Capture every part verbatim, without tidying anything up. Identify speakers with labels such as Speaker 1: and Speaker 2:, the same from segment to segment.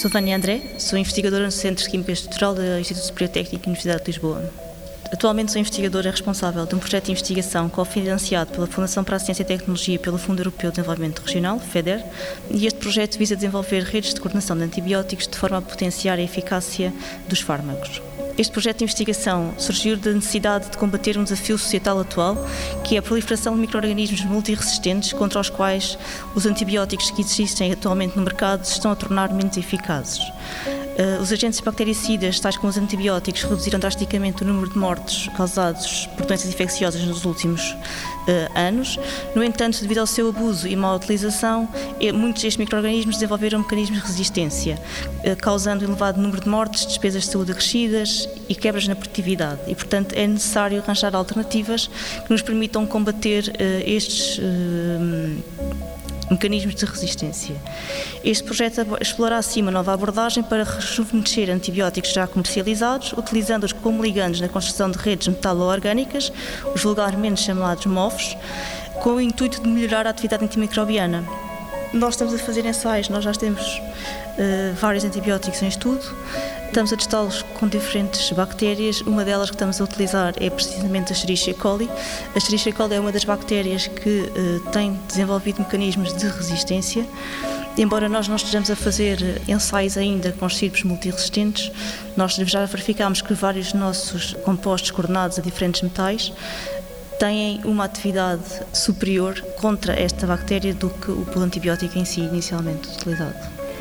Speaker 1: Sou Vânia André, sou investigadora no Centro de Química Estrutural do Instituto Superior Técnico da Universidade de Lisboa. Atualmente sou investigadora responsável de um projeto de investigação cofinanciado pela Fundação para a Ciência e Tecnologia e pelo Fundo Europeu de Desenvolvimento Regional, FEDER, e este projeto visa desenvolver redes de coordenação de antibióticos de forma a potenciar a eficácia dos fármacos. Este projeto de investigação surgiu da necessidade de combater um desafio societal atual, que é a proliferação de micro-organismos multiresistentes contra os quais os antibióticos que existem atualmente no mercado se estão a tornar menos eficazes. Uh, os agentes bactericidas, tais como os antibióticos, reduziram drasticamente o número de mortes causados por doenças infecciosas nos últimos uh, anos. No entanto, devido ao seu abuso e má utilização, muitos destes micro-organismos desenvolveram mecanismos de resistência, uh, causando um elevado número de mortes, despesas de saúde acrescidas e quebras na produtividade. E, portanto, é necessário arranjar alternativas que nos permitam combater uh, estes uh, mecanismos de resistência. Este projeto explora assim uma nova abordagem para rejuvenescer antibióticos já comercializados, utilizando-os como ligandos na construção de redes metalo-orgânicas, os vulgarmente chamados M O Fs, com o intuito de melhorar a atividade antimicrobiana. Nós estamos a fazer ensaios, nós já temos uh, vários antibióticos em estudo, estamos a testá-los com diferentes bactérias. Uma delas que estamos a utilizar é precisamente a Escherichia coli. A Escherichia coli é uma das bactérias que uh, tem desenvolvido mecanismos de resistência. Embora nós não estejamos a fazer ensaios ainda com os sírupos multiresistentes, nós já verificámos que vários nossos compostos coordenados a diferentes metais têm uma atividade superior contra esta bactéria do que o antibiótico em si inicialmente utilizado.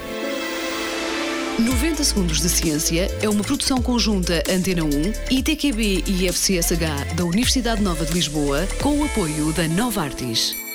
Speaker 2: noventa Segundos de Ciência é uma produção conjunta Antena um, I T Q B e I F C S H da Universidade Nova de Lisboa, com o apoio da Novartis.